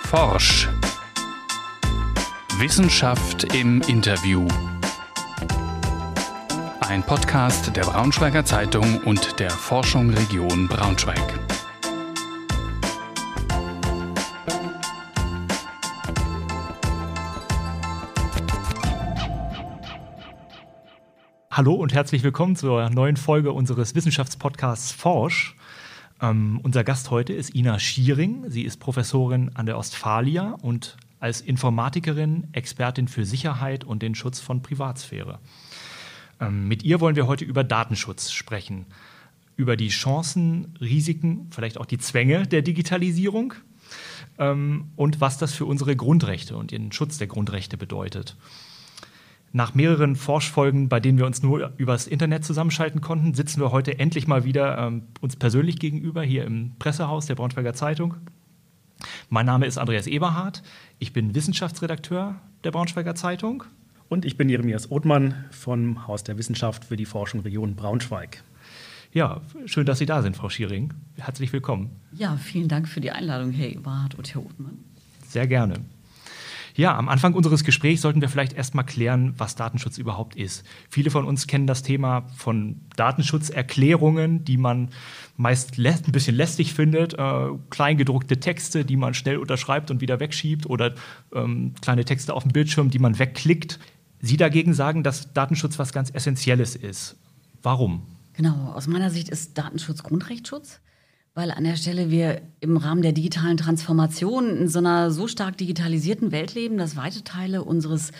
Forsch. Wissenschaft im Interview. Ein Podcast der Braunschweiger Zeitung und der Forschung Region Braunschweig. Hallo und herzlich willkommen zur neuen Folge unseres Wissenschaftspodcasts Forsch. Unser Gast heute ist Ina Schiering. Sie ist Professorin an der Ostfalia und als Informatikerin Expertin für Sicherheit und den Schutz von Privatsphäre. Mit ihr wollen wir heute über Datenschutz sprechen, über die Chancen, Risiken, vielleicht auch die Zwänge der Digitalisierung und was das für unsere Grundrechte und den Schutz der Grundrechte bedeutet. Nach mehreren Forschfolgen, bei denen wir uns nur übers Internet zusammenschalten konnten, sitzen wir heute endlich mal wieder uns persönlich gegenüber hier im Pressehaus der Braunschweiger Zeitung. Mein Name ist Andreas Eberhardt. Ich bin Wissenschaftsredakteur der Braunschweiger Zeitung. Und ich bin Jeremias Othmann vom Haus der Wissenschaft für die Forschung Region Braunschweig. Ja, schön, dass Sie da sind, Frau Schiering. Herzlich willkommen. Ja, vielen Dank für die Einladung, Herr Eberhardt und Herr Othmann. Sehr gerne. Ja, am Anfang unseres Gesprächs sollten wir vielleicht erst mal klären, was Datenschutz überhaupt ist. Viele von uns kennen das Thema von Datenschutzerklärungen, die man meist ein bisschen lästig findet, kleingedruckte Texte, die man schnell unterschreibt und wieder wegschiebt oder kleine Texte auf dem Bildschirm, die man wegklickt. Sie dagegen sagen, dass Datenschutz was ganz Essentielles ist. Warum? Genau, aus meiner Sicht ist Datenschutz Grundrechtsschutz, weil an der Stelle wir im Rahmen der digitalen Transformation in so einer so stark digitalisierten Welt leben, dass weite Teile unseres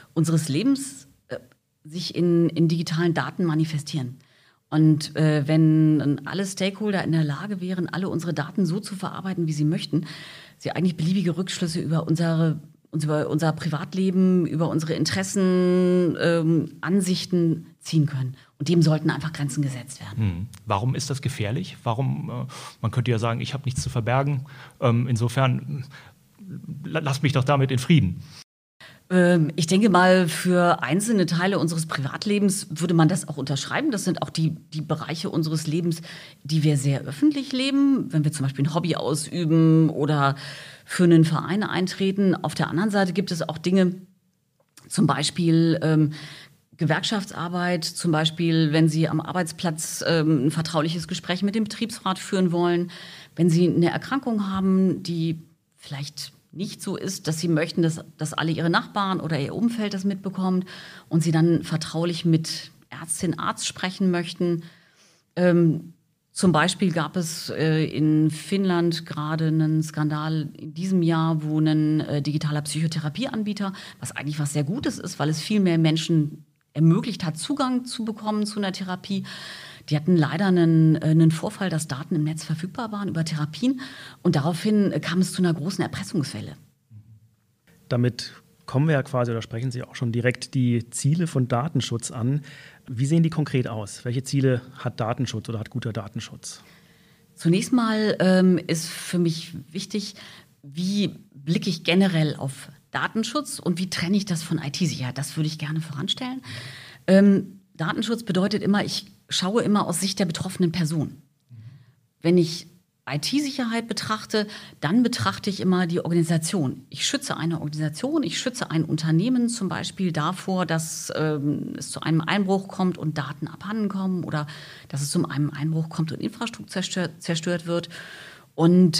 Lebens sich in digitalen Daten manifestieren. Und wenn alle Stakeholder in der Lage wären, alle unsere Daten so zu verarbeiten, wie sie möchten, sie eigentlich beliebige Rückschlüsse über unser Privatleben, über unsere Interessen, Ansichten ziehen können. Und dem sollten einfach Grenzen gesetzt werden. Warum ist das gefährlich? Warum? Man könnte ja sagen, ich habe nichts zu verbergen. Insofern, lasst mich doch damit in Frieden. Ich denke mal, für einzelne Teile unseres Privatlebens würde man das auch unterschreiben. Das sind auch die Bereiche unseres Lebens, die wir sehr öffentlich leben, wenn wir zum Beispiel ein Hobby ausüben oder für einen Verein eintreten. Auf der anderen Seite gibt es auch Dinge, zum Beispiel Gewerkschaftsarbeit, zum Beispiel, wenn Sie am Arbeitsplatz ein vertrauliches Gespräch mit dem Betriebsrat führen wollen, wenn Sie eine Erkrankung haben, die vielleicht nicht so ist, dass Sie möchten, dass alle Ihre Nachbarn oder Ihr Umfeld das mitbekommt und Sie dann vertraulich mit Ärztin, Arzt sprechen möchten. Zum Beispiel gab es in Finnland gerade einen Skandal in diesem Jahr, wo ein digitaler Psychotherapieanbieter, was eigentlich was sehr Gutes ist, weil es viel mehr Menschen ermöglicht hat, Zugang zu bekommen zu einer Therapie. Die hatten leider einen Vorfall, dass Daten im Netz verfügbar waren über Therapien. Und daraufhin kam es zu einer großen Erpressungswelle. Damit kommen wir ja quasi, oder sprechen Sie auch schon direkt die Ziele von Datenschutz an. Wie sehen die konkret aus? Welche Ziele hat Datenschutz oder hat guter Datenschutz? Zunächst mal ist für mich wichtig, wie blicke ich generell auf Datenschutz und wie trenne ich das von IT-Sicherheit? Das würde ich gerne voranstellen. Datenschutz bedeutet immer, ich schaue immer aus Sicht der betroffenen Person. Wenn ich IT-Sicherheit betrachte, dann betrachte ich immer die Organisation. Ich schütze eine Organisation, ich schütze ein Unternehmen zum Beispiel davor, dass es zu einem Einbruch kommt und Daten abhanden kommen oder dass es zu einem Einbruch kommt und Infrastruktur zerstört wird. Und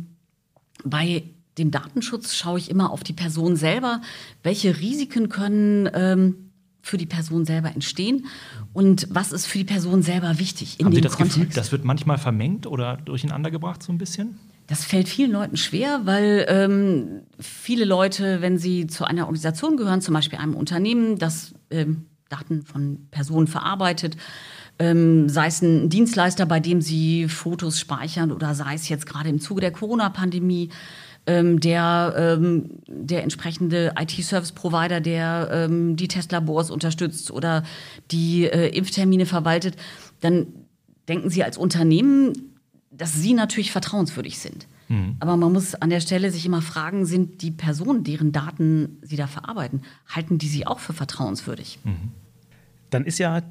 bei dem Datenschutz schaue ich immer auf die Person selber. Welche Risiken können für die Person selber entstehen und was ist für die Person selber wichtig in Haben dem Sie das Kontext? Gefühl, das wird manchmal vermengt oder durcheinander gebracht so ein bisschen? Das fällt vielen Leuten schwer, weil viele Leute, wenn sie zu einer Organisation gehören, zum Beispiel einem Unternehmen, das Daten von Personen verarbeitet, sei es ein Dienstleister, bei dem sie Fotos speichern oder sei es jetzt gerade im Zuge der Corona-Pandemie, der entsprechende IT-Service-Provider, der die Testlabors unterstützt oder die Impftermine verwaltet, dann denken Sie als Unternehmen, dass Sie natürlich vertrauenswürdig sind. Aber man muss an der Stelle sich immer fragen, sind die Personen, deren Daten Sie da verarbeiten, halten die Sie auch für vertrauenswürdig? Dann ist ja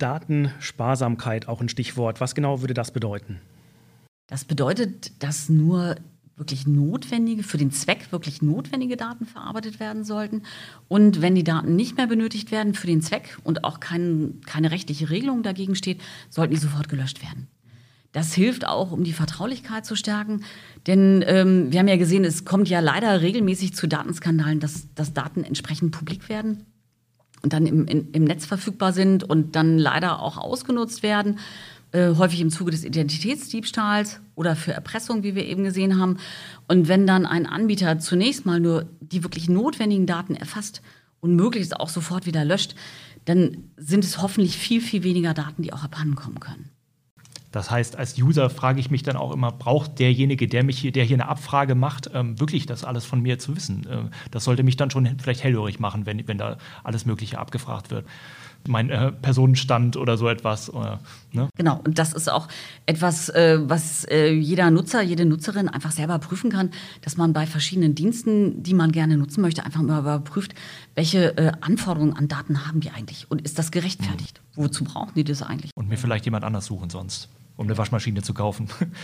Datensparsamkeit auch ein Stichwort. Was genau würde das bedeuten? Das bedeutet, dass nur für den Zweck wirklich notwendige Daten verarbeitet werden sollten. Und wenn die Daten nicht mehr benötigt werden für den Zweck und auch keine rechtliche Regelung dagegen steht, sollten die sofort gelöscht werden. Das hilft auch, um die Vertraulichkeit zu stärken. Denn wir haben ja gesehen, es kommt ja leider regelmäßig zu Datenskandalen, dass Daten entsprechend publik werden und dann im Netz verfügbar sind und dann leider auch ausgenutzt werden. Häufig im Zuge des Identitätsdiebstahls oder für Erpressung, wie wir eben gesehen haben. Und wenn dann ein Anbieter zunächst mal nur die wirklich notwendigen Daten erfasst und möglichst auch sofort wieder löscht, dann sind es hoffentlich viel, viel weniger Daten, die auch abhanden kommen können. Das heißt, als User frage ich mich dann auch immer, braucht derjenige, der hier eine Abfrage macht, wirklich das alles von mir zu wissen? Das sollte mich dann schon vielleicht hellhörig machen, wenn da alles Mögliche abgefragt wird. Mein Personenstand oder so etwas. Ne? Genau, und das ist auch etwas, was jeder Nutzer, jede Nutzerin einfach selber prüfen kann, dass man bei verschiedenen Diensten, die man gerne nutzen möchte, einfach mal überprüft, welche Anforderungen an Daten haben die eigentlich und ist das gerechtfertigt? Wozu brauchen die das eigentlich? Und mir vielleicht jemand anders suchen sonst, um eine Waschmaschine zu kaufen.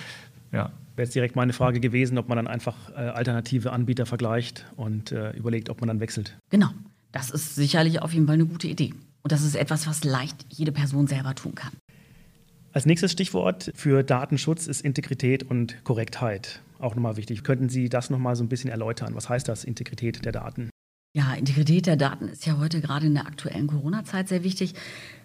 Ja. Wäre jetzt direkt meine Frage gewesen, ob man dann einfach alternative Anbieter vergleicht und überlegt, ob man dann wechselt. Genau, das ist sicherlich auf jeden Fall eine gute Idee. Und das ist etwas, was leicht jede Person selber tun kann. Als nächstes Stichwort für Datenschutz ist Integrität und Korrektheit. Auch nochmal wichtig. Könnten Sie das nochmal so ein bisschen erläutern? Was heißt das, Integrität der Daten? Ja, Integrität der Daten ist ja heute gerade in der aktuellen Corona-Zeit sehr wichtig.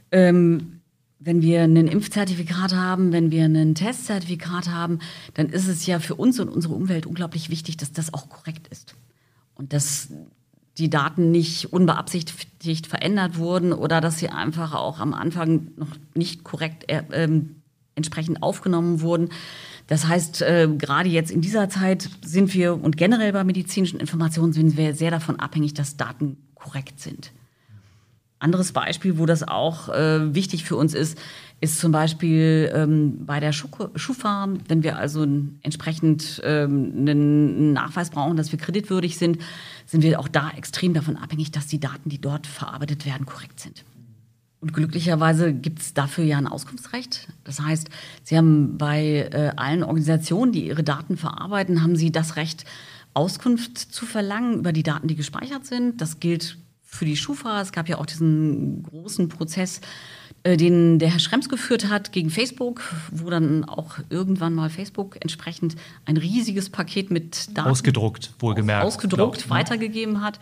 Wenn wir ein Impfzertifikat haben, wenn wir ein Testzertifikat haben, dann ist es ja für uns und unsere Umwelt unglaublich wichtig, dass das auch korrekt ist. Und dass die Daten nicht unbeabsichtigt verändert wurden oder dass sie einfach auch am Anfang noch nicht korrekt entsprechend aufgenommen wurden. Das heißt, gerade jetzt in dieser Zeit sind wir und generell bei medizinischen Informationen sind wir sehr davon abhängig, dass Daten korrekt sind. Anderes Beispiel, wo das auch wichtig für uns ist zum Beispiel bei der Schufa, wenn wir also entsprechend einen Nachweis brauchen, dass wir kreditwürdig sind wir auch da extrem davon abhängig, dass die Daten, die dort verarbeitet werden, korrekt sind. Und glücklicherweise gibt es dafür ja ein Auskunftsrecht. Das heißt, Sie haben bei allen Organisationen, die ihre Daten verarbeiten, haben Sie das Recht, Auskunft zu verlangen über die Daten, die gespeichert sind. Das gilt für die Schufa. Es gab ja auch diesen großen Prozess, den der Herr Schrems geführt hat gegen Facebook, wo dann auch irgendwann mal Facebook entsprechend ein riesiges Paket mit Daten ausgedruckt, wohlgemerkt, weitergegeben hat.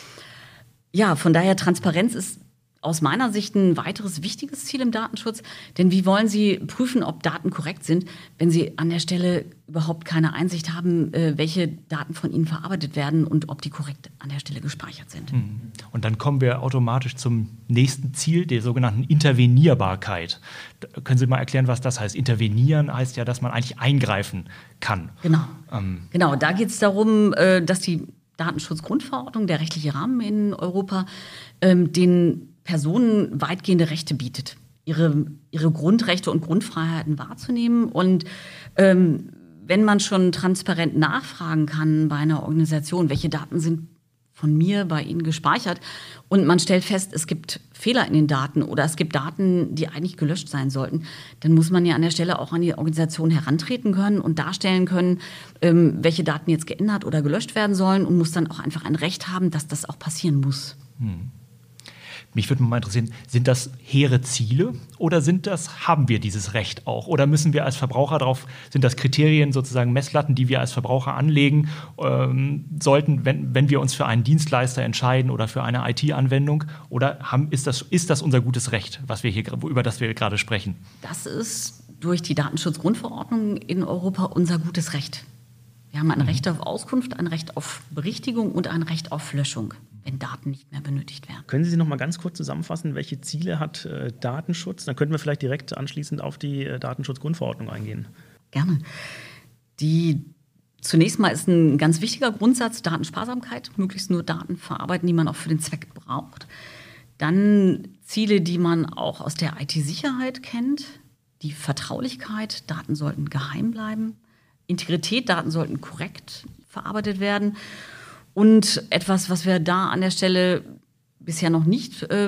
Ja, von daher Transparenz ist aus meiner Sicht ein weiteres wichtiges Ziel im Datenschutz. Denn wie wollen Sie prüfen, ob Daten korrekt sind, wenn Sie an der Stelle überhaupt keine Einsicht haben, welche Daten von Ihnen verarbeitet werden und ob die korrekt an der Stelle gespeichert sind? Und dann kommen wir automatisch zum nächsten Ziel, der sogenannten Intervenierbarkeit. Können Sie mal erklären, was das heißt? Intervenieren heißt ja, dass man eigentlich eingreifen kann. Genau, da geht es darum, dass die Datenschutzgrundverordnung, der rechtliche Rahmen in Europa, den Personen weitgehende Rechte bietet, ihre Grundrechte und Grundfreiheiten wahrzunehmen. Und wenn man schon transparent nachfragen kann bei einer Organisation, welche Daten sind von mir bei Ihnen gespeichert und man stellt fest, es gibt Fehler in den Daten oder es gibt Daten, die eigentlich gelöscht sein sollten, dann muss man ja an der Stelle auch an die Organisation herantreten können und darstellen können, welche Daten jetzt geändert oder gelöscht werden sollen und muss dann auch einfach ein Recht haben, dass das auch passieren muss. Mich würde mal interessieren, sind das hehre Ziele oder haben wir dieses Recht auch? Oder müssen wir als Verbraucher sind das Kriterien, sozusagen Messlatten, die wir als Verbraucher anlegen sollten, wenn wir uns für einen Dienstleister entscheiden oder für eine IT-Anwendung? Oder ist das unser gutes Recht, über das wir gerade sprechen? Das ist durch die Datenschutzgrundverordnung in Europa unser gutes Recht. Wir haben ein Recht auf Auskunft, ein Recht auf Berichtigung und ein Recht auf Löschung, wenn Daten nicht mehr benötigt werden. Können Sie noch mal ganz kurz zusammenfassen, welche Ziele hat Datenschutz? Dann könnten wir vielleicht direkt anschließend auf die Datenschutzgrundverordnung eingehen. Gerne. Zunächst mal ist ein ganz wichtiger Grundsatz Datensparsamkeit, möglichst nur Daten verarbeiten, die man auch für den Zweck braucht. Dann Ziele, die man auch aus der IT-Sicherheit kennt, die Vertraulichkeit, Daten sollten geheim bleiben. Integrität, Daten sollten korrekt verarbeitet werden. Und etwas, was wir da an der Stelle bisher noch nicht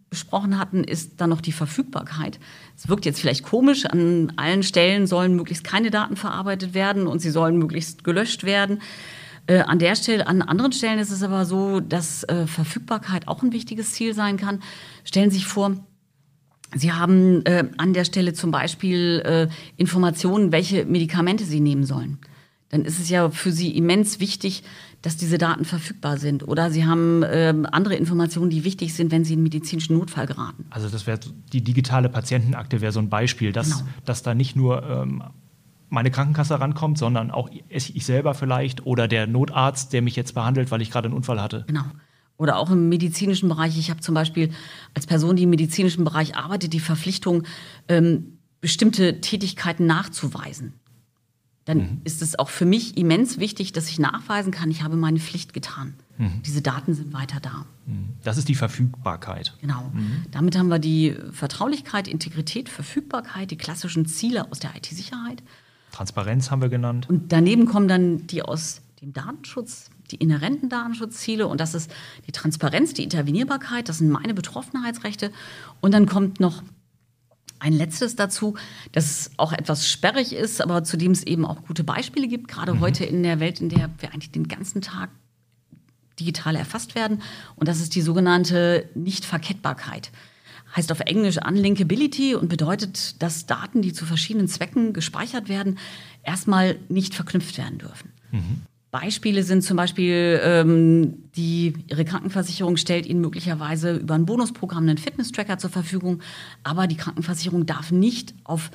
besprochen hatten, ist dann noch die Verfügbarkeit. Es wirkt jetzt vielleicht komisch, an allen Stellen sollen möglichst keine Daten verarbeitet werden und sie sollen möglichst gelöscht werden. An anderen Stellen ist es aber so, dass Verfügbarkeit auch ein wichtiges Ziel sein kann. Stellen Sie sich vor, Sie haben an der Stelle zum Beispiel Informationen, welche Medikamente Sie nehmen sollen. Dann ist es ja für Sie immens wichtig, dass diese Daten verfügbar sind. Oder Sie haben andere Informationen, die wichtig sind, wenn Sie in einen medizinischen Notfall geraten. Also das wäre die digitale Patientenakte wäre so ein Beispiel, dass da nicht nur meine Krankenkasse rankommt, sondern auch ich selber vielleicht oder der Notarzt, der mich jetzt behandelt, weil ich gerade einen Unfall hatte. Genau. Oder auch im medizinischen Bereich. Ich habe zum Beispiel als Person, die im medizinischen Bereich arbeitet, die Verpflichtung, bestimmte Tätigkeiten nachzuweisen. Dann ist es auch für mich immens wichtig, dass ich nachweisen kann, ich habe meine Pflicht getan. Diese Daten sind weiter da. Das ist die Verfügbarkeit. Genau. Damit haben wir die Vertraulichkeit, Integrität, Verfügbarkeit, die klassischen Ziele aus der IT-Sicherheit. Transparenz haben wir genannt. Und daneben kommen dann die aus dem Datenschutz, die inhärenten Datenschutzziele. Und das ist die Transparenz, die Intervenierbarkeit, das sind meine Betroffenheitsrechte. Und dann kommt noch ein letztes dazu, das auch etwas sperrig ist, aber zu dem es eben auch gute Beispiele gibt, gerade heute in der Welt, in der wir eigentlich den ganzen Tag digital erfasst werden. Und das ist die sogenannte Nichtverkettbarkeit. Heißt auf Englisch Unlinkability und bedeutet, dass Daten, die zu verschiedenen Zwecken gespeichert werden, erstmal nicht verknüpft werden dürfen. Beispiele sind zum Beispiel, Ihre Krankenversicherung stellt Ihnen möglicherweise über ein Bonusprogramm einen Fitness-Tracker zur Verfügung, aber die Krankenversicherung darf nicht auf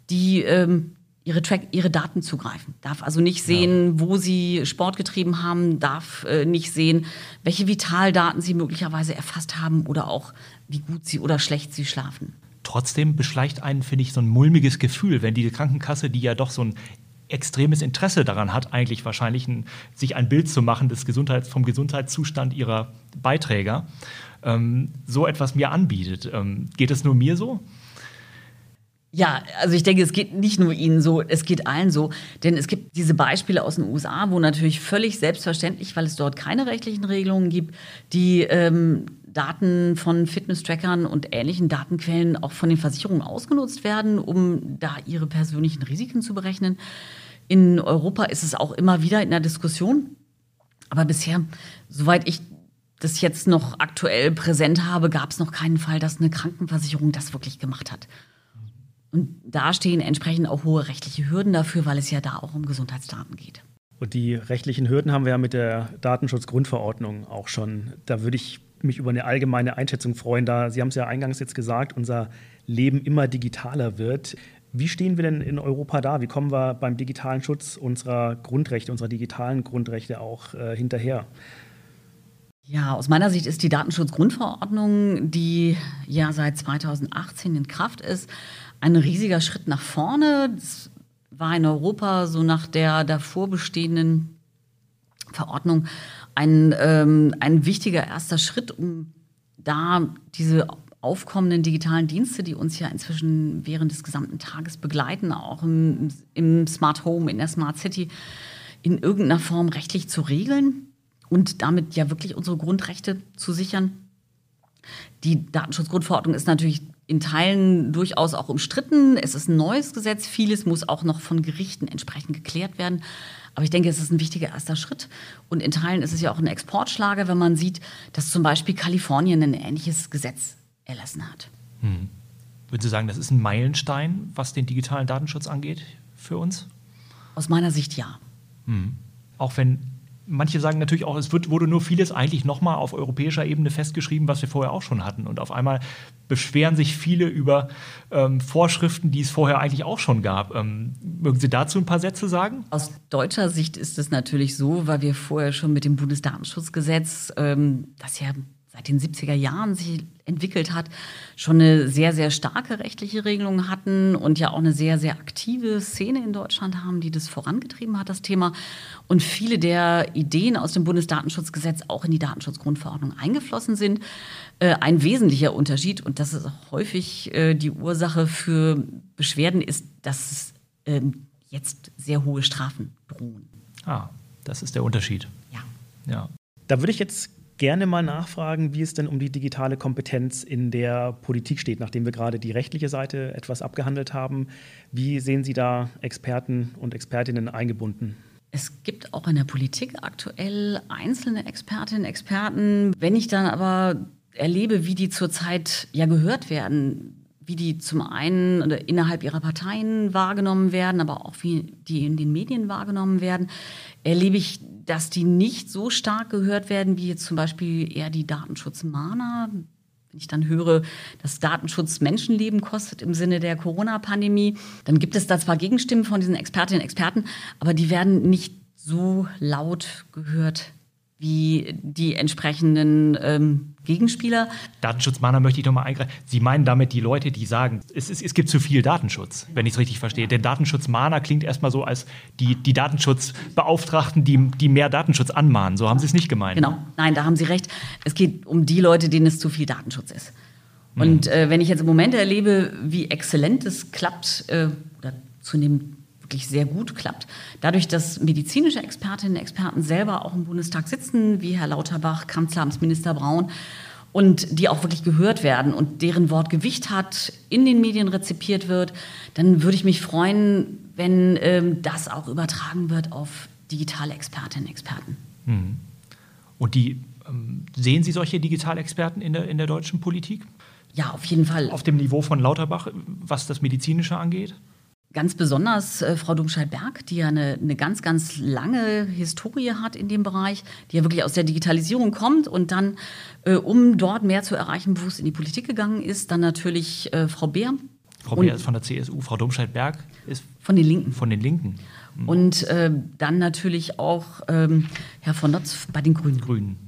ihre Daten zugreifen, darf also nicht sehen, wo Sie Sport getrieben haben, darf nicht sehen, welche Vitaldaten Sie möglicherweise erfasst haben oder auch, wie gut Sie oder schlecht Sie schlafen. Trotzdem beschleicht einen, finde ich, so ein mulmiges Gefühl, wenn die Krankenkasse, die ja doch so ein extremes Interesse daran hat, eigentlich wahrscheinlich sich ein Bild zu machen vom Gesundheitszustand ihrer Beiträger, so etwas mir anbietet. Geht es nur mir so? Ja, also ich denke, es geht nicht nur Ihnen so, es geht allen so. Denn es gibt diese Beispiele aus den USA, wo natürlich völlig selbstverständlich, weil es dort keine rechtlichen Regelungen gibt, die Daten von Fitness-Trackern und ähnlichen Datenquellen auch von den Versicherungen ausgenutzt werden, um da ihre persönlichen Risiken zu berechnen. In Europa ist es auch immer wieder in der Diskussion. Aber bisher, soweit ich das jetzt noch aktuell präsent habe, gab es noch keinen Fall, dass eine Krankenversicherung das wirklich gemacht hat. Und da stehen entsprechend auch hohe rechtliche Hürden dafür, weil es ja da auch um Gesundheitsdaten geht. Und die rechtlichen Hürden haben wir ja mit der Datenschutzgrundverordnung auch schon. Da würde ich mich über eine allgemeine Einschätzung freuen, da Sie haben es ja eingangs jetzt gesagt, unser Leben immer digitaler wird. Wie stehen wir denn in Europa da? Wie kommen wir beim digitalen Schutz unserer Grundrechte, unserer digitalen Grundrechte auch hinterher? Ja, aus meiner Sicht ist die Datenschutzgrundverordnung, die ja seit 2018 in Kraft ist, ein riesiger Schritt nach vorne. Das war in Europa so nach der davor bestehenden Verordnung ein wichtiger erster Schritt, um da diese aufkommenden digitalen Dienste, die uns ja inzwischen während des gesamten Tages begleiten, auch im Smart Home, in der Smart City, in irgendeiner Form rechtlich zu regeln und damit ja wirklich unsere Grundrechte zu sichern. Die Datenschutzgrundverordnung ist natürlich in Teilen durchaus auch umstritten. Es ist ein neues Gesetz. Vieles muss auch noch von Gerichten entsprechend geklärt werden. Aber ich denke, es ist ein wichtiger erster Schritt. Und in Teilen ist es ja auch ein Exportschlager, wenn man sieht, dass zum Beispiel Kalifornien ein ähnliches Gesetz erlassen hat. Würden Sie sagen, das ist ein Meilenstein, was den digitalen Datenschutz angeht für uns? Aus meiner Sicht ja. Auch wenn manche sagen natürlich auch, wurde nur vieles eigentlich nochmal auf europäischer Ebene festgeschrieben, was wir vorher auch schon hatten. Und auf einmal beschweren sich viele über Vorschriften, die es vorher eigentlich auch schon gab. Mögen Sie dazu ein paar Sätze sagen? Aus deutscher Sicht ist es natürlich so, weil wir vorher schon mit dem Bundesdatenschutzgesetz, das ja seit den 70er Jahren sich entwickelt hat, schon eine sehr, sehr starke rechtliche Regelung hatten und ja auch eine sehr, sehr aktive Szene in Deutschland haben, die das vorangetrieben hat, das Thema. Und viele der Ideen aus dem Bundesdatenschutzgesetz auch in die Datenschutzgrundverordnung eingeflossen sind. Ein wesentlicher Unterschied, und das ist auch häufig die Ursache für Beschwerden, ist, dass jetzt sehr hohe Strafen drohen. Das ist der Unterschied. Ja. Da würde ich jetzt gerne mal nachfragen, wie es denn um die digitale Kompetenz in der Politik steht, nachdem wir gerade die rechtliche Seite etwas abgehandelt haben. Wie sehen Sie da Experten und Expertinnen eingebunden? Es gibt auch in der Politik aktuell einzelne Expertinnen, Experten. Wenn ich dann aber erlebe, wie die zurzeit ja gehört werden, wie die zum einen innerhalb ihrer Parteien wahrgenommen werden, aber auch wie die in den Medien wahrgenommen werden, erlebe ich, dass die nicht so stark gehört werden, wie jetzt zum Beispiel eher die Datenschutzmahner. Wenn ich dann höre, dass Datenschutz Menschenleben kostet im Sinne der Corona-Pandemie, dann gibt es da zwar Gegenstimmen von diesen Expertinnen und Experten, aber die werden nicht so laut gehört wie die entsprechenden Gegenspieler. Datenschutzmahner möchte ich noch mal eingreifen. Sie meinen damit die Leute, die sagen, es gibt zu viel Datenschutz, wenn ich es richtig verstehe. Denn Datenschutzmahner klingt erstmal so als die Datenschutzbeauftragten, die mehr Datenschutz anmahnen. So haben Sie es nicht gemeint. Genau, nein, da haben Sie recht. Es geht um die Leute, denen es zu viel Datenschutz ist. Und wenn ich jetzt im Moment erlebe, wie exzellent es klappt, oder zunehmend wirklich sehr gut klappt, dadurch, dass medizinische Expertinnen und Experten selber auch im Bundestag sitzen, wie Herr Lauterbach, Kanzleramtsminister Braun, und die auch wirklich gehört werden und deren Wort Gewicht hat, in den Medien rezipiert wird, dann würde ich mich freuen, wenn das auch übertragen wird auf digitale Expertinnen und Experten. Und sehen Sie solche Digitalexperten in der deutschen Politik? Ja, auf jeden Fall. Auf dem Niveau von Lauterbach, was das Medizinische angeht? Ganz besonders Frau Domscheit-Berg, die ja eine ganz, ganz lange Historie hat in dem Bereich, die ja wirklich aus der Digitalisierung kommt und dann, um dort mehr zu erreichen, bewusst in die Politik gegangen ist, dann natürlich Frau Beer. Frau Beer ist von der CSU, Frau Domscheit-Berg ist von den Linken. Von den Linken. Und dann natürlich auch Herr von Notz bei den Grünen.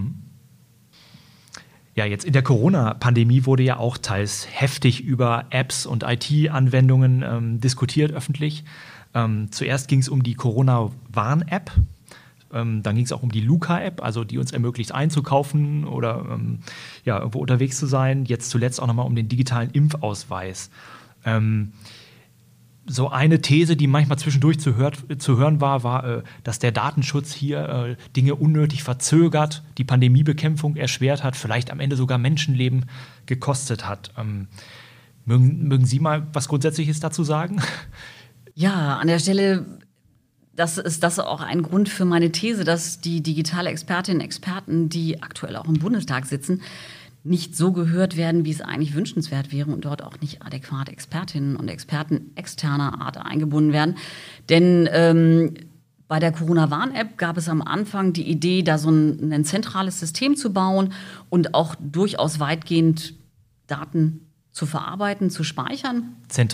Ja, jetzt in der Corona-Pandemie wurde ja auch teils heftig über Apps und IT-Anwendungen diskutiert öffentlich. Zuerst ging es um die Corona-Warn-App. Dann ging es auch um die Luca-App, also die uns ermöglicht einzukaufen oder irgendwo unterwegs zu sein. Jetzt zuletzt auch nochmal um den digitalen Impfausweis. So eine These, die manchmal zwischendurch zu hören war, dass der Datenschutz hier Dinge unnötig verzögert, die Pandemiebekämpfung erschwert hat, vielleicht am Ende sogar Menschenleben gekostet hat. Mögen Sie mal was Grundsätzliches dazu sagen? Ja, an der Stelle, das ist auch ein Grund für meine These, dass die digitale Expertinnen und Experten, die aktuell auch im Bundestag sitzen, nicht so gehört werden, wie es eigentlich wünschenswert wäre und dort auch nicht adäquat Expertinnen und Experten externer Art eingebunden werden. Denn bei der Corona-Warn-App gab es am Anfang die Idee, da so ein zentrales System zu bauen und auch durchaus weitgehend Daten zu verarbeiten, zu speichern.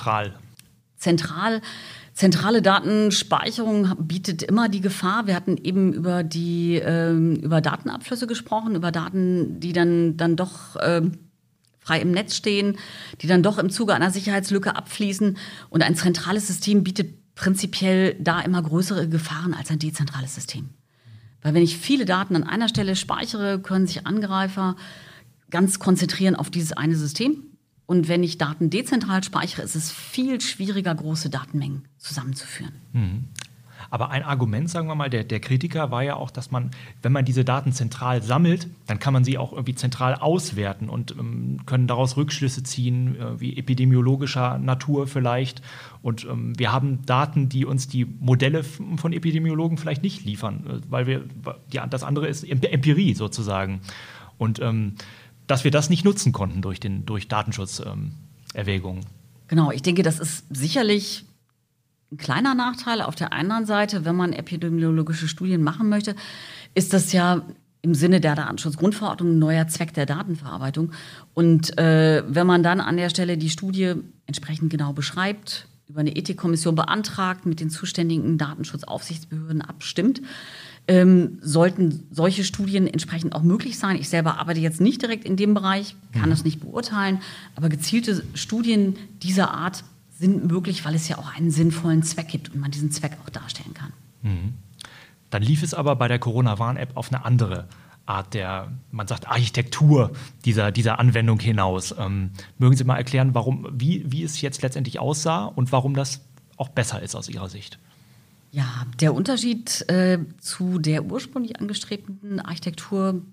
Zentrale Datenspeicherung bietet immer die Gefahr. Wir hatten eben über Datenabflüsse gesprochen, über Daten, die dann doch frei im Netz stehen, die dann doch im Zuge einer Sicherheitslücke abfließen. Und ein zentrales System bietet prinzipiell da immer größere Gefahren als ein dezentrales System. Weil wenn ich viele Daten an einer Stelle speichere, können sich Angreifer ganz konzentrieren auf dieses eine System. Und wenn ich Daten dezentral speichere, ist es viel schwieriger, große Datenmengen zusammenzuführen. Aber ein Argument, sagen wir mal, der Kritiker war ja auch, dass man, wenn man diese Daten zentral sammelt, dann kann man sie auch irgendwie zentral auswerten und können daraus Rückschlüsse ziehen, wie epidemiologischer Natur vielleicht. Und wir haben Daten, die uns die Modelle von Epidemiologen vielleicht nicht liefern, weil das andere ist Empirie sozusagen. Und dass wir das nicht nutzen konnten durch Datenschutzerwägungen. Genau, ich denke, das ist sicherlich ein kleiner Nachteil. Auf der anderen Seite, wenn man epidemiologische Studien machen möchte, ist das ja im Sinne der Datenschutzgrundverordnung ein neuer Zweck der Datenverarbeitung. Und wenn man dann an der Stelle die Studie entsprechend genau beschreibt, über eine Ethikkommission beantragt, mit den zuständigen Datenschutzaufsichtsbehörden abstimmt, sollten solche Studien entsprechend auch möglich sein. Ich selber arbeite jetzt nicht direkt in dem Bereich, kann das nicht beurteilen, aber gezielte Studien dieser Art sind möglich, weil es ja auch einen sinnvollen Zweck gibt und man diesen Zweck auch darstellen kann. Dann lief es aber bei der Corona-Warn-App auf eine andere Art man sagt, Architektur dieser Anwendung hinaus. Mögen Sie mal erklären, wie es jetzt letztendlich aussah und warum das auch besser ist aus Ihrer Sicht? Ja, der Unterschied zu der ursprünglich angestrebten Architektur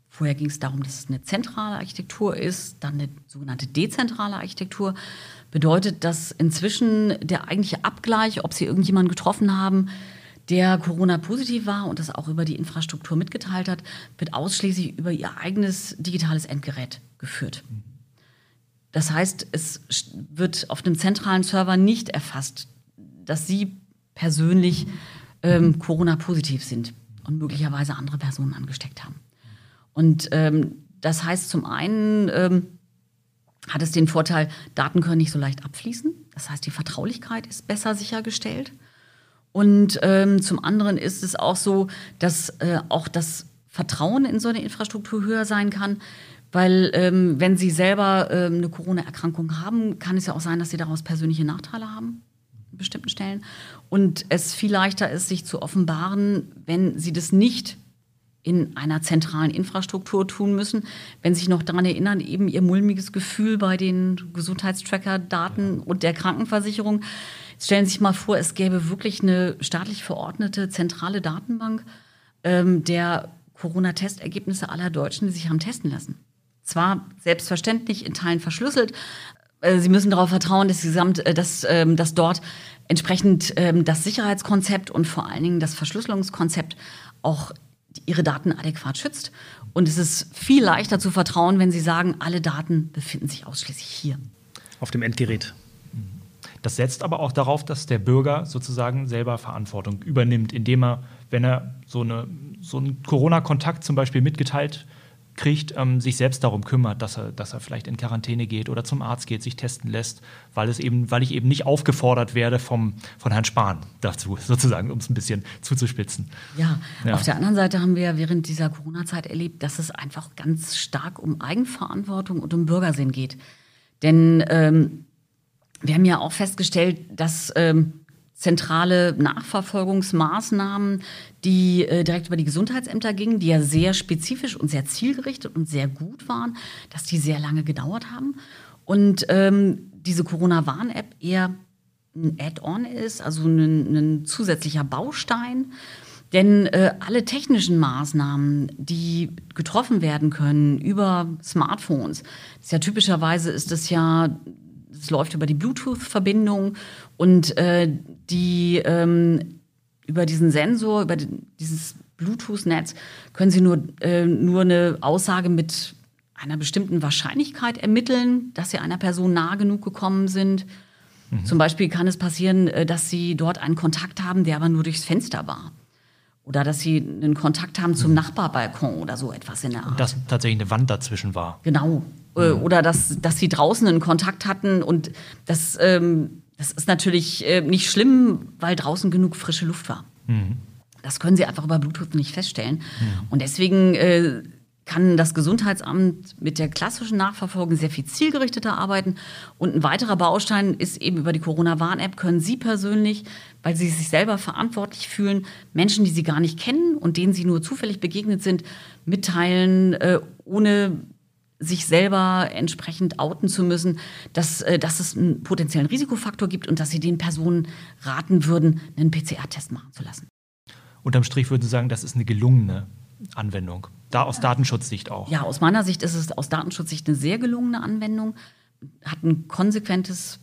Vorher ging es darum, dass es eine zentrale Architektur ist, dann eine sogenannte dezentrale Architektur. Bedeutet, dass inzwischen der eigentliche Abgleich, ob Sie irgendjemanden getroffen haben, der Corona-positiv war und das auch über die Infrastruktur mitgeteilt hat, wird ausschließlich über Ihr eigenes digitales Endgerät geführt. Das heißt, es wird auf einem zentralen Server nicht erfasst, dass Sie persönlich Corona-positiv sind und möglicherweise andere Personen angesteckt haben. Und das heißt, zum einen hat es den Vorteil, Daten können nicht so leicht abfließen. Das heißt, die Vertraulichkeit ist besser sichergestellt. Und zum anderen ist es auch so, dass auch das Vertrauen in so eine Infrastruktur höher sein kann. Weil wenn Sie selber eine Corona-Erkrankung haben, kann es ja auch sein, dass Sie daraus persönliche Nachteile haben an bestimmten Stellen. Und es viel leichter ist, sich zu offenbaren, wenn Sie das nicht in einer zentralen Infrastruktur tun müssen. Wenn Sie sich noch daran erinnern, eben Ihr mulmiges Gefühl bei den Gesundheitstracker-Daten und der Krankenversicherung. Jetzt stellen Sie sich mal vor, es gäbe wirklich eine staatlich verordnete zentrale Datenbank der Corona-Testergebnisse aller Deutschen, die sich haben testen lassen. Zwar selbstverständlich in Teilen verschlüsselt. Sie müssen darauf vertrauen, dass dort entsprechend das Sicherheitskonzept und vor allen Dingen das Verschlüsselungskonzept auch Ihre Daten adäquat schützt. Und es ist viel leichter zu vertrauen, wenn Sie sagen, alle Daten befinden sich ausschließlich hier. Auf dem Endgerät. Das setzt aber auch darauf, dass der Bürger sozusagen selber Verantwortung übernimmt, indem er, wenn er so einen Corona-Kontakt zum Beispiel mitgeteilt kriegt, sich selbst darum kümmert, dass er vielleicht in Quarantäne geht oder zum Arzt geht, sich testen lässt, weil ich eben nicht aufgefordert werde von Herrn Spahn dazu, sozusagen, um es ein bisschen zuzuspitzen. Ja, auf der anderen Seite haben wir ja während dieser Corona-Zeit erlebt, dass es einfach ganz stark um Eigenverantwortung und um Bürgersinn geht. Denn wir haben ja auch festgestellt, dass zentrale Nachverfolgungsmaßnahmen, die direkt über die Gesundheitsämter gingen, die ja sehr spezifisch und sehr zielgerichtet und sehr gut waren, dass die sehr lange gedauert haben. Und diese Corona-Warn-App eher ein Add-on ist, also ein zusätzlicher Baustein. Denn alle technischen Maßnahmen, die getroffen werden können über Smartphones, das läuft über die Bluetooth-Verbindung und über diesen Sensor, über dieses Bluetooth-Netz können Sie nur eine Aussage mit einer bestimmten Wahrscheinlichkeit ermitteln, dass Sie einer Person nah genug gekommen sind. Mhm. Zum Beispiel kann es passieren, dass Sie dort einen Kontakt haben, der aber nur durchs Fenster war. Oder dass Sie einen Kontakt haben zum Nachbarbalkon oder so etwas in der Art. Und dass tatsächlich eine Wand dazwischen war. Genau. Oder dass Sie draußen einen Kontakt hatten. Und das ist natürlich nicht schlimm, weil draußen genug frische Luft war. Mhm. Das können Sie einfach über Bluetooth nicht feststellen. Mhm. Und deswegen kann das Gesundheitsamt mit der klassischen Nachverfolgung sehr viel zielgerichteter arbeiten. Und ein weiterer Baustein ist eben über die Corona-Warn-App können Sie persönlich, weil Sie sich selber verantwortlich fühlen, Menschen, die Sie gar nicht kennen und denen Sie nur zufällig begegnet sind, mitteilen, ohne sich selber entsprechend outen zu müssen, dass es einen potenziellen Risikofaktor gibt und dass Sie den Personen raten würden, einen PCR-Test machen zu lassen. Unterm Strich würden Sie sagen, das ist eine gelungene Anwendung. Da aus Datenschutzsicht auch. Ja, aus meiner Sicht ist es aus Datenschutzsicht eine sehr gelungene Anwendung. Hat ein konsequentes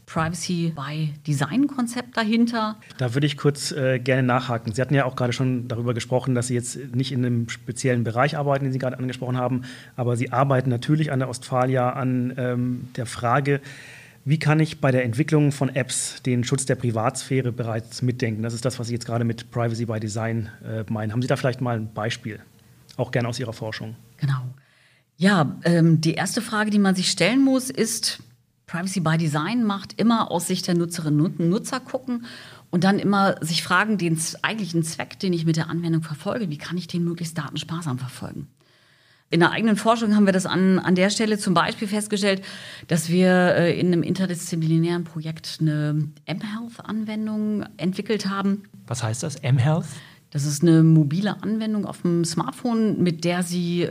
Privacy-by-Design-Konzept dahinter. Da würde ich kurz gerne nachhaken. Sie hatten ja auch gerade schon darüber gesprochen, dass Sie jetzt nicht in einem speziellen Bereich arbeiten, den Sie gerade angesprochen haben, aber Sie arbeiten natürlich an der Ostfalia an der Frage, wie kann ich bei der Entwicklung von Apps den Schutz der Privatsphäre bereits mitdenken? Das ist das, was Sie jetzt gerade mit Privacy by Design meinen. Haben Sie da vielleicht mal ein Beispiel? Auch gerne aus Ihrer Forschung. Genau. Ja, die erste Frage, die man sich stellen muss, ist, Privacy by Design macht immer aus Sicht der Nutzerinnen und Nutzer gucken und dann immer sich fragen, den eigentlichen Zweck, den ich mit der Anwendung verfolge, wie kann ich den möglichst datensparsam verfolgen? In der eigenen Forschung haben wir das an der Stelle zum Beispiel festgestellt, dass wir in einem interdisziplinären Projekt eine mHealth-Anwendung entwickelt haben. Was heißt das, mHealth? Das ist eine mobile Anwendung auf dem Smartphone, mit der Sie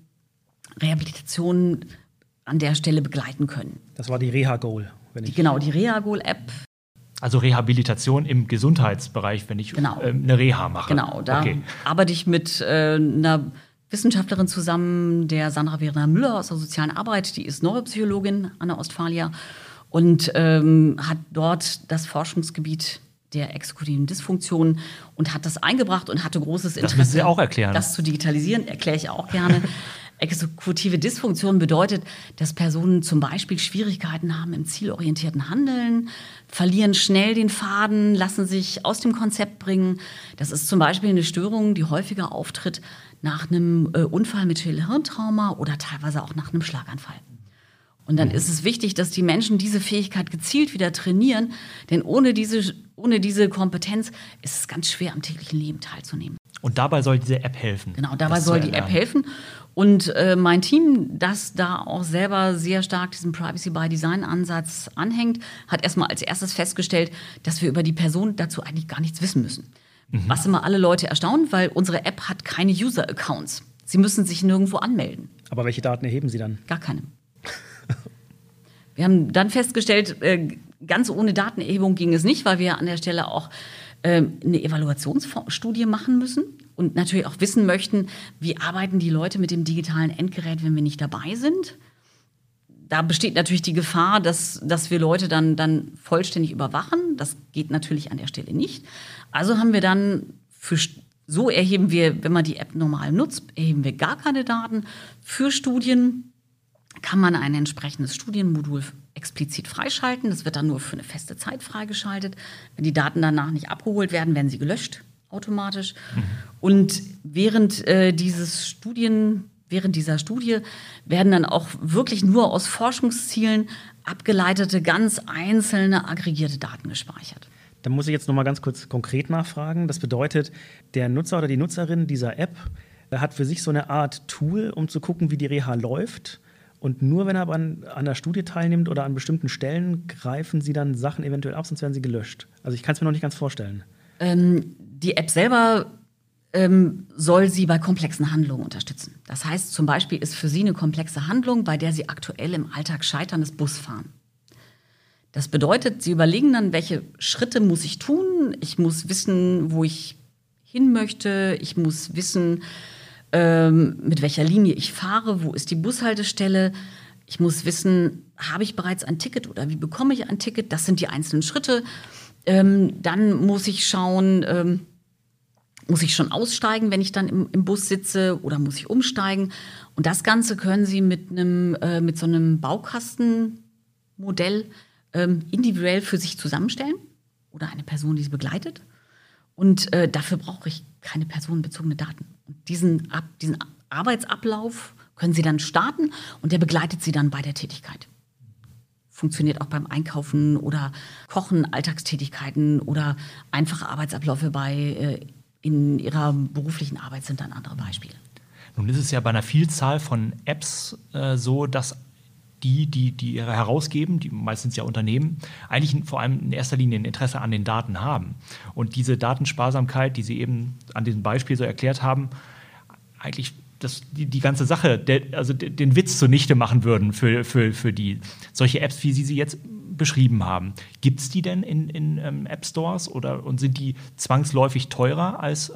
Rehabilitation an der Stelle begleiten können. Das war die Reha-Goal. Genau, die Reha-Goal-App. Also Rehabilitation im Gesundheitsbereich, wenn ich eine Reha mache. Genau, da arbeite ich mit einer Wissenschaftlerin zusammen, der Sandra Verena Müller aus der sozialen Arbeit, die ist Neuropsychologin an der Ostfalia und hat dort das Forschungsgebiet der exekutiven Dysfunktion und hat das eingebracht und hatte großes Interesse, das müssen Sie auch erklären. Das zu digitalisieren, erkläre ich auch gerne. Exekutive Dysfunktion bedeutet, dass Personen zum Beispiel Schwierigkeiten haben im zielorientierten Handeln, verlieren schnell den Faden, lassen sich aus dem Konzept bringen. Das ist zum Beispiel eine Störung, die häufiger auftritt nach einem Unfall mit Hirntrauma oder teilweise auch nach einem Schlaganfall. Und dann ist es wichtig, dass die Menschen diese Fähigkeit gezielt wieder trainieren, denn ohne diese Kompetenz ist es ganz schwer, am täglichen Leben teilzunehmen. Und dabei soll diese App helfen. Genau, dabei soll die App helfen. Und mein Team, das da auch selber sehr stark diesen Privacy-by-Design-Ansatz anhängt, hat erstmal als erstes festgestellt, dass wir über die Person dazu eigentlich gar nichts wissen müssen. Was immer alle Leute erstaunt, weil unsere App hat keine User-Accounts. Sie müssen sich nirgendwo anmelden. Aber welche Daten erheben Sie dann? Gar keine. Wir haben dann festgestellt, ganz ohne Datenerhebung ging es nicht, weil wir an der Stelle auch eine Evaluationsstudie machen müssen und natürlich auch wissen möchten, wie arbeiten die Leute mit dem digitalen Endgerät, wenn wir nicht dabei sind. Da besteht natürlich die Gefahr, dass wir Leute dann vollständig überwachen. Das geht natürlich an der Stelle nicht. Also haben wir dann so erheben wir, wenn man die App normal nutzt, erheben wir gar keine Daten. Für Studien kann man ein entsprechendes Studienmodul explizit freischalten. Das wird dann nur für eine feste Zeit freigeschaltet. Wenn die Daten danach nicht abgeholt werden, werden sie gelöscht automatisch. Und während dieser Studie werden dann auch wirklich nur aus Forschungszielen abgeleitete, ganz einzelne aggregierte Daten gespeichert. Da muss ich jetzt noch mal ganz kurz konkret nachfragen. Das bedeutet, der Nutzer oder die Nutzerin dieser App hat für sich so eine Art Tool, um zu gucken, wie die Reha läuft. Und nur wenn er an der Studie teilnimmt oder an bestimmten Stellen, greifen Sie dann Sachen eventuell ab, sonst werden sie gelöscht. Also ich kann es mir noch nicht ganz vorstellen. Die App selber soll Sie bei komplexen Handlungen unterstützen. Das heißt, zum Beispiel ist für Sie eine komplexe Handlung, bei der Sie aktuell im Alltag scheitern, das Busfahren. Das bedeutet, Sie überlegen dann, welche Schritte muss ich tun. Ich muss wissen, wo ich hin möchte. Ich muss wissen, mit welcher Linie ich fahre, wo ist die Bushaltestelle. Ich muss wissen, habe ich bereits ein Ticket oder wie bekomme ich ein Ticket? Das sind die einzelnen Schritte. Dann muss ich schauen, muss ich schon aussteigen, wenn ich dann im Bus sitze oder muss ich umsteigen? Und das Ganze können Sie mit so einem Baukastenmodell individuell für sich zusammenstellen oder eine Person, die Sie begleitet. Und dafür brauche ich keine personenbezogene Daten. Und diesen Arbeitsablauf können Sie dann starten und der begleitet Sie dann bei der Tätigkeit. Funktioniert auch beim Einkaufen oder Kochen, Alltagstätigkeiten oder einfache Arbeitsabläufe in Ihrer beruflichen Arbeit sind dann andere Beispiele. Nun ist es ja bei einer Vielzahl von Apps so, dass die herausgeben, die meistens ja Unternehmen, eigentlich vor allem in erster Linie ein Interesse an den Daten haben. Und diese Datensparsamkeit, die Sie eben an diesem Beispiel so erklärt haben, eigentlich die ganze Sache, den Witz zunichte machen würden für solche Apps, wie Sie jetzt beschrieben haben. Gibt es die denn in App Stores und sind die zwangsläufig teurer als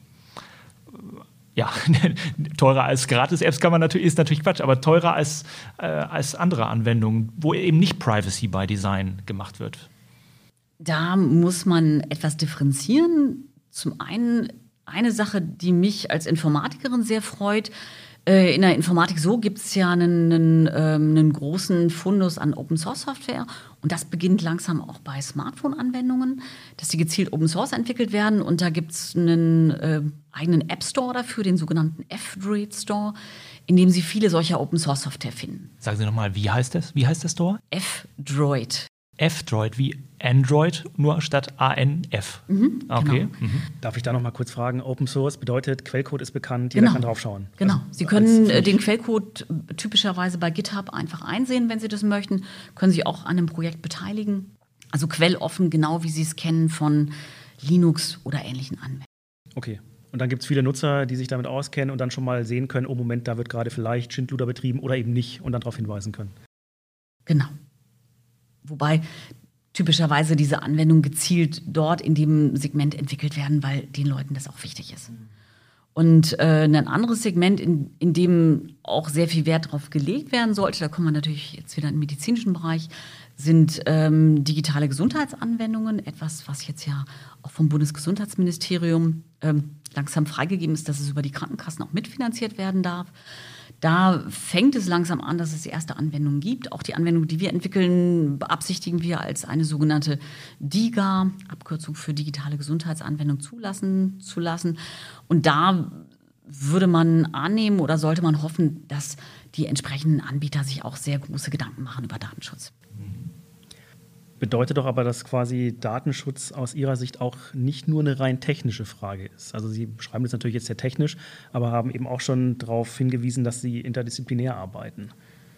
teurer als Gratis-Apps ist natürlich Quatsch, aber teurer als andere Anwendungen, wo eben nicht Privacy by Design gemacht wird? Da muss man etwas differenzieren. Zum einen eine Sache, die mich als Informatikerin sehr freut. In der Informatik gibt es ja einen großen Fundus an Open-Source-Software. Und das beginnt langsam auch bei Smartphone-Anwendungen, dass die gezielt Open-Source entwickelt werden. Und da gibt es einen eigenen App-Store dafür, den sogenannten F-Droid-Store, in dem Sie viele solcher Open-Source-Software finden. Sagen Sie nochmal, wie heißt das? Wie heißt der Store? F-Droid. F-Droid wie Android, nur statt A-N-F. Okay. Genau. Darf ich da noch mal kurz fragen? Open Source bedeutet, Quellcode ist bekannt, jeder kann draufschauen. Genau. Also, Sie können den Quellcode typischerweise bei GitHub einfach einsehen, wenn Sie das möchten. Können Sie auch an einem Projekt beteiligen. Also quelloffen, genau wie Sie es kennen von Linux oder ähnlichen Anwendungen. Okay. Und dann gibt es viele Nutzer, die sich damit auskennen und dann schon mal sehen können, oh Moment, da wird gerade vielleicht Schindluder betrieben oder eben nicht und dann darauf hinweisen können. Genau. Wobei typischerweise diese Anwendungen gezielt dort in dem Segment entwickelt werden, weil den Leuten das auch wichtig ist. Und ein anderes Segment, in dem auch sehr viel Wert drauf gelegt werden sollte, da kommen wir natürlich jetzt wieder in den medizinischen Bereich, sind digitale Gesundheitsanwendungen. Etwas, was jetzt ja auch vom Bundesgesundheitsministerium langsam freigegeben ist, dass es über die Krankenkassen auch mitfinanziert werden darf. Da fängt es langsam an, dass es erste Anwendungen gibt. Auch die Anwendung, die wir entwickeln, beabsichtigen wir als eine sogenannte DiGA, Abkürzung für digitale Gesundheitsanwendung, zulassen zu lassen. Und da würde man annehmen oder sollte man hoffen, dass die entsprechenden Anbieter sich auch sehr große Gedanken machen über Datenschutz. Bedeutet doch aber, dass quasi Datenschutz aus Ihrer Sicht auch nicht nur eine rein technische Frage ist. Also Sie beschreiben das natürlich jetzt sehr technisch, aber haben eben auch schon darauf hingewiesen, dass Sie interdisziplinär arbeiten.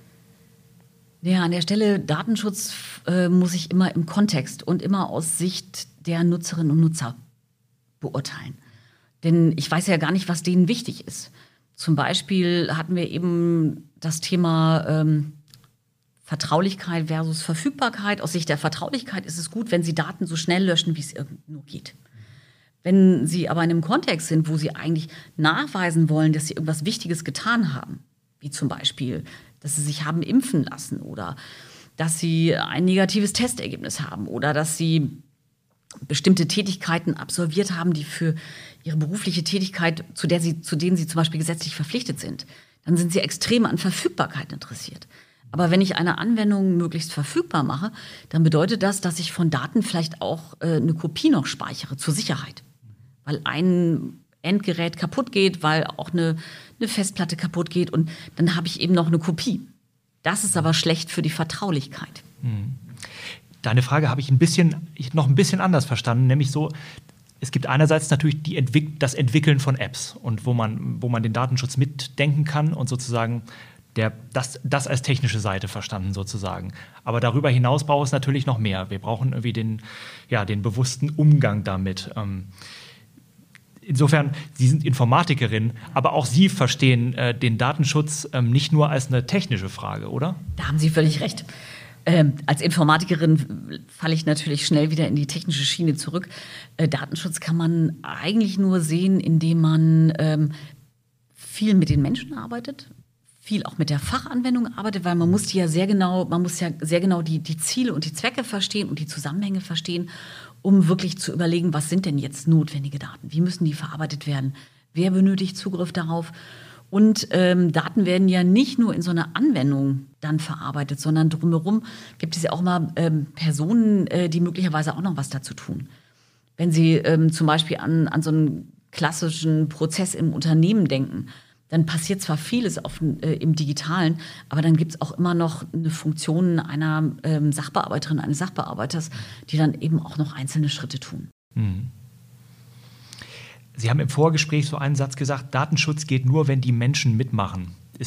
Ja, an der Stelle Datenschutz muss ich immer im Kontext und immer aus Sicht der Nutzerinnen und Nutzer beurteilen. Denn ich weiß ja gar nicht, was denen wichtig ist. Zum Beispiel hatten wir eben das Thema Vertraulichkeit versus Verfügbarkeit. Aus Sicht der Vertraulichkeit ist es gut, wenn Sie Daten so schnell löschen, wie es irgend nur geht. Wenn Sie aber in einem Kontext sind, wo Sie eigentlich nachweisen wollen, dass Sie irgendwas Wichtiges getan haben, wie zum Beispiel, dass Sie sich haben impfen lassen oder dass Sie ein negatives Testergebnis haben oder dass Sie bestimmte Tätigkeiten absolviert haben, die für Ihre berufliche Tätigkeit, zu denen Sie zum Beispiel gesetzlich verpflichtet sind, dann sind Sie extrem an Verfügbarkeit interessiert. Aber wenn ich eine Anwendung möglichst verfügbar mache, dann bedeutet das, dass ich von Daten vielleicht auch eine Kopie noch speichere zur Sicherheit. Weil ein Endgerät kaputt geht, weil auch eine Festplatte kaputt geht und dann habe ich eben noch eine Kopie. Das ist aber schlecht für die Vertraulichkeit. Deine Frage habe ich noch ein bisschen anders verstanden, nämlich so: Es gibt einerseits natürlich das Entwickeln von Apps und wo man den Datenschutz mitdenken kann und sozusagen das als technische Seite verstanden sozusagen. Aber darüber hinaus braucht es natürlich noch mehr. Wir brauchen irgendwie den bewussten Umgang damit. Insofern, Sie sind Informatikerin, aber auch Sie verstehen den Datenschutz nicht nur als eine technische Frage, oder? Da haben Sie völlig recht. Als Informatikerin falle ich natürlich schnell wieder in die technische Schiene zurück. Datenschutz kann man eigentlich nur sehen, indem man viel mit den Menschen arbeitet, viel auch mit der Fachanwendung arbeitet, weil man muss ja sehr genau die Ziele und die Zwecke verstehen und die Zusammenhänge verstehen, um wirklich zu überlegen, was sind denn jetzt notwendige Daten? Wie müssen die verarbeitet werden? Wer benötigt Zugriff darauf? Und Daten werden ja nicht nur in so einer Anwendung dann verarbeitet, sondern drumherum gibt es ja auch mal Personen, die möglicherweise auch noch was dazu tun. Wenn Sie zum Beispiel an so einen klassischen Prozess im Unternehmen denken, dann passiert zwar vieles im Digitalen, aber dann gibt es auch immer noch eine Funktion einer Sachbearbeiterin, eines Sachbearbeiters, die dann eben auch noch einzelne Schritte tun. Sie haben im Vorgespräch so einen Satz gesagt: Datenschutz geht nur, wenn die Menschen mitmachen.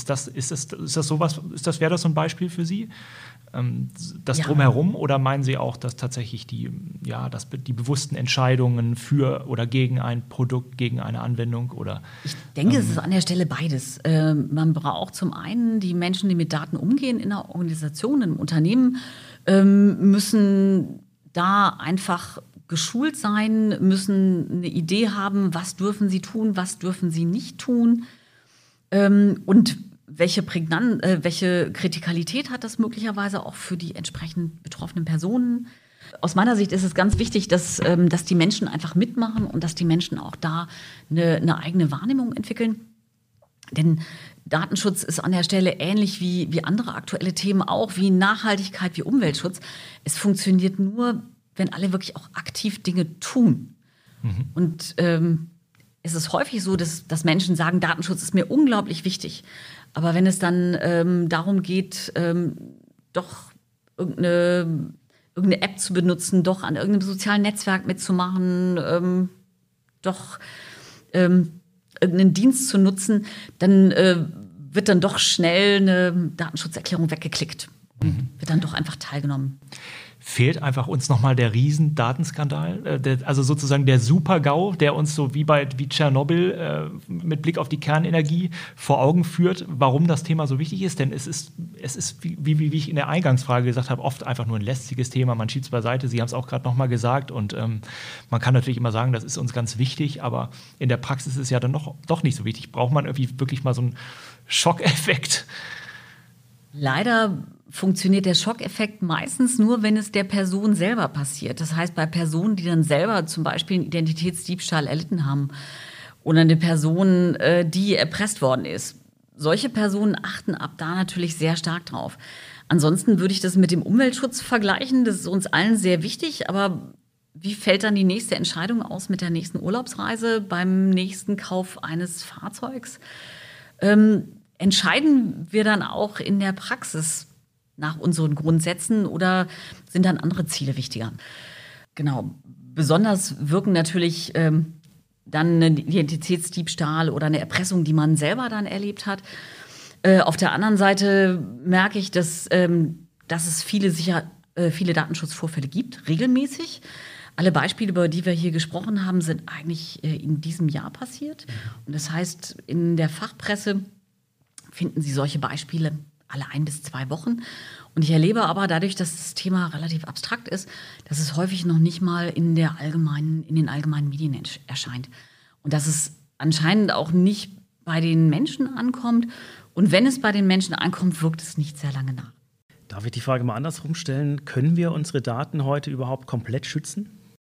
Wäre das so ein Beispiel für Sie? Das Drumherum, oder meinen Sie auch, dass tatsächlich die bewussten Entscheidungen für oder gegen ein Produkt, gegen eine Anwendung? Oder, ich denke, es ist an der Stelle beides. Man braucht zum einen die Menschen, die mit Daten umgehen in einer Organisation, in einem Unternehmen, müssen da einfach geschult sein, müssen eine Idee haben, was dürfen sie tun, was dürfen sie nicht tun und welche Kritikalität hat das möglicherweise auch für die entsprechend betroffenen Personen. Aus meiner Sicht ist es ganz wichtig, dass die Menschen einfach mitmachen und dass die Menschen auch da eine eigene Wahrnehmung entwickeln. Denn Datenschutz ist an der Stelle ähnlich wie andere aktuelle Themen auch, wie Nachhaltigkeit, wie Umweltschutz. Es funktioniert nur, wenn alle wirklich auch aktiv Dinge tun. Und es ist häufig so, dass Menschen sagen, Datenschutz ist mir unglaublich wichtig. Aber wenn es dann darum geht, doch irgendeine App zu benutzen, doch an irgendeinem sozialen Netzwerk mitzumachen, doch irgendeinen Dienst zu nutzen, dann wird dann doch schnell eine Datenschutzerklärung weggeklickt und wird dann doch einfach teilgenommen. fehlt einfach uns nochmal der Riesen-Datenskandal, also sozusagen der Super-GAU, der uns so wie Tschernobyl mit Blick auf die Kernenergie vor Augen führt, warum das Thema so wichtig ist. Denn es ist wie ich in der Eingangsfrage gesagt habe, oft einfach nur ein lästiges Thema. Man schiebt es beiseite. Sie haben es auch gerade nochmal gesagt. Und man kann natürlich immer sagen, das ist uns ganz wichtig. Aber in der Praxis ist es ja dann doch nicht so wichtig. Braucht man irgendwie wirklich mal so einen Schockeffekt? Leider funktioniert der Schockeffekt meistens nur, wenn es der Person selber passiert. Das heißt, bei Personen, die dann selber zum Beispiel einen Identitätsdiebstahl erlitten haben oder eine Person, die erpresst worden ist. Solche Personen achten ab da natürlich sehr stark drauf. Ansonsten würde ich das mit dem Umweltschutz vergleichen. Das ist uns allen sehr wichtig. Aber wie fällt dann die nächste Entscheidung aus mit der nächsten Urlaubsreise, beim nächsten Kauf eines Fahrzeugs? Entscheiden wir dann auch in der Praxis nach unseren Grundsätzen oder sind dann andere Ziele wichtiger? Genau. Besonders wirken natürlich dann ein Identitätsdiebstahl oder eine Erpressung, die man selber dann erlebt hat. Auf der anderen Seite merke ich, dass es viele Datenschutzvorfälle gibt, regelmäßig. Alle Beispiele, über die wir hier gesprochen haben, sind eigentlich in diesem Jahr passiert. Und das heißt, in der Fachpresse finden Sie solche Beispiele alle 1 bis 2 Wochen. Und ich erlebe aber dadurch, dass das Thema relativ abstrakt ist, dass es häufig noch nicht mal in den allgemeinen Medien erscheint. Und dass es anscheinend auch nicht bei den Menschen ankommt. Und wenn es bei den Menschen ankommt, wirkt es nicht sehr lange nach. Darf ich die Frage mal andersrum stellen? Können wir unsere Daten heute überhaupt komplett schützen?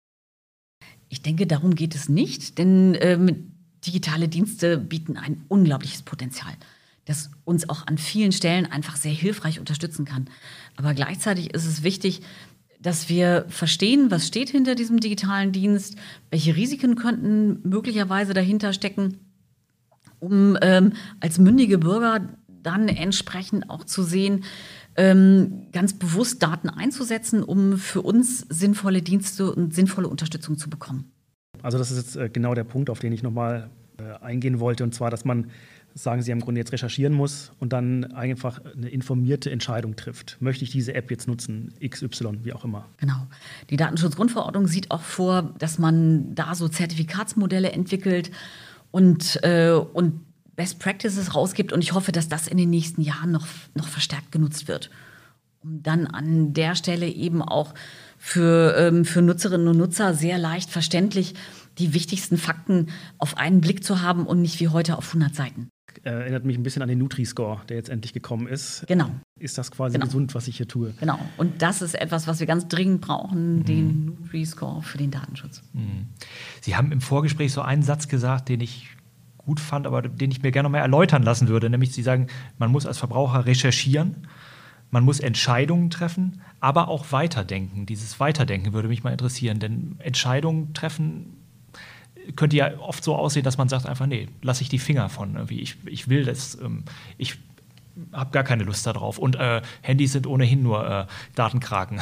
Ich denke, darum geht es nicht, denn digitale Dienste bieten ein unglaubliches Potenzial, das uns auch an vielen Stellen einfach sehr hilfreich unterstützen kann. Aber gleichzeitig ist es wichtig, dass wir verstehen, was steht hinter diesem digitalen Dienst, welche Risiken könnten möglicherweise dahinter stecken, um als mündige Bürger dann entsprechend auch zu sehen, ganz bewusst Daten einzusetzen, um für uns sinnvolle Dienste und sinnvolle Unterstützung zu bekommen. Also das ist jetzt genau der Punkt, auf den ich nochmal eingehen wollte, und zwar, dass man, sagen Sie, im Grunde jetzt recherchieren muss und dann einfach eine informierte Entscheidung trifft. Möchte ich diese App jetzt nutzen, XY, wie auch immer? Genau. Die Datenschutzgrundverordnung sieht auch vor, dass man da so Zertifikatsmodelle entwickelt und Best Practices rausgibt. Und ich hoffe, dass das in den nächsten Jahren noch verstärkt genutzt wird, um dann an der Stelle eben auch für Nutzerinnen und Nutzer sehr leicht verständlich die wichtigsten Fakten auf einen Blick zu haben und nicht wie heute auf 100 Seiten. Erinnert mich ein bisschen an den Nutri-Score, der jetzt endlich gekommen ist. Genau. Ist das quasi gesund, was ich hier tue? Genau. Und das ist etwas, was wir ganz dringend brauchen, den Nutri-Score für den Datenschutz. Sie haben im Vorgespräch so einen Satz gesagt, den ich gut fand, aber den ich mir gerne noch mal erläutern lassen würde. Nämlich, Sie sagen, man muss als Verbraucher recherchieren, man muss Entscheidungen treffen, aber auch weiterdenken. Dieses Weiterdenken würde mich mal interessieren, denn Entscheidungen treffen könnte ja oft so aussehen, dass man sagt einfach, nee, lasse ich die Finger von. Irgendwie. Ich will das, ich habe gar keine Lust darauf. Und Handys sind ohnehin nur Datenkraken.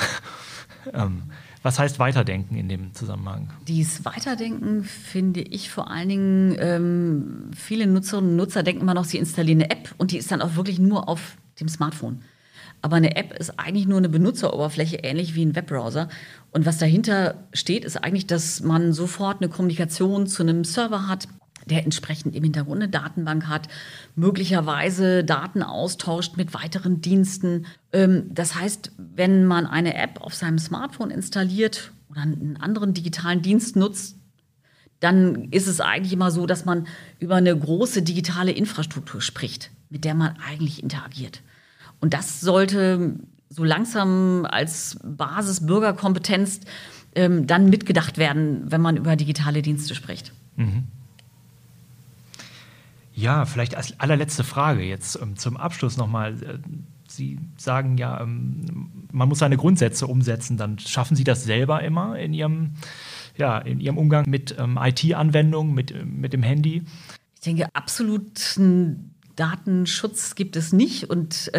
Was heißt Weiterdenken in dem Zusammenhang? Dieses Weiterdenken finde ich vor allen Dingen, viele Nutzerinnen und Nutzer denken immer noch, sie installieren eine App und die ist dann auch wirklich nur auf dem Smartphone. Aber eine App ist eigentlich nur eine Benutzeroberfläche, ähnlich wie ein Webbrowser. Und was dahinter steht, ist eigentlich, dass man sofort eine Kommunikation zu einem Server hat, der entsprechend im Hintergrund eine Datenbank hat, möglicherweise Daten austauscht mit weiteren Diensten. Das heißt, wenn man eine App auf seinem Smartphone installiert oder einen anderen digitalen Dienst nutzt, dann ist es eigentlich immer so, dass man über eine große digitale Infrastruktur spricht, mit der man eigentlich interagiert. Und das sollte so langsam als Basis Bürgerkompetenz dann mitgedacht werden, wenn man über digitale Dienste spricht. Mhm. Ja, vielleicht als allerletzte Frage jetzt zum Abschluss nochmal. Sie sagen ja, man muss seine Grundsätze umsetzen. Dann schaffen Sie das selber immer in Ihrem Umgang mit IT-Anwendungen, mit dem Handy? Ich denke, absoluten Datenschutz gibt es nicht. Und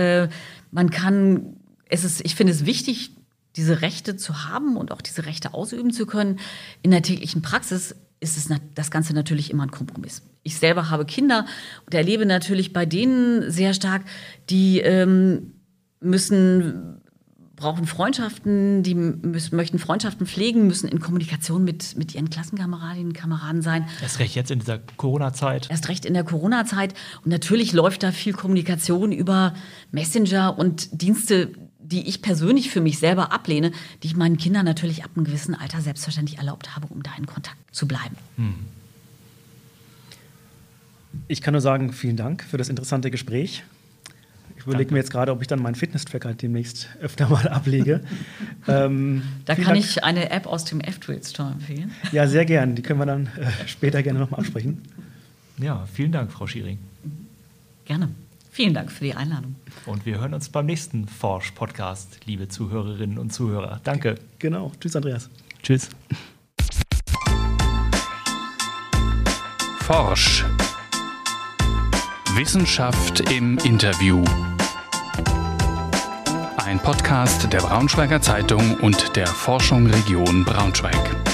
ich finde es wichtig, diese Rechte zu haben und auch diese Rechte ausüben zu können. In der täglichen Praxis ist das Ganze natürlich immer ein Kompromiss. Ich selber habe Kinder und erlebe natürlich bei denen sehr stark, die brauchen brauchen Freundschaften, die möchten Freundschaften pflegen, müssen in Kommunikation mit ihren Klassenkameradinnen und Kameraden sein. Erst recht jetzt in dieser Corona-Zeit. Erst recht in der Corona-Zeit. Und natürlich läuft da viel Kommunikation über Messenger und Dienste, die ich persönlich für mich selber ablehne, die ich meinen Kindern natürlich ab einem gewissen Alter selbstverständlich erlaubt habe, um da in Kontakt zu bleiben. Ich kann nur sagen, vielen Dank für das interessante Gespräch. Ich überlege mir jetzt gerade, ob ich dann meinen Fitness-Tracker demnächst öfter mal ablege. Da kann ich eine App aus dem F-Twit Store empfehlen. Ja, sehr gern. Die können wir dann später gerne nochmal absprechen. Ja, vielen Dank, Frau Schiering. Gerne. Vielen Dank für die Einladung. Und wir hören uns beim nächsten Forsch-Podcast, liebe Zuhörerinnen und Zuhörer. Danke. Genau. Tschüss, Andreas. Tschüss. Forsch. Wissenschaft im Interview. Ein Podcast der Braunschweiger Zeitung und der Forschung Region Braunschweig.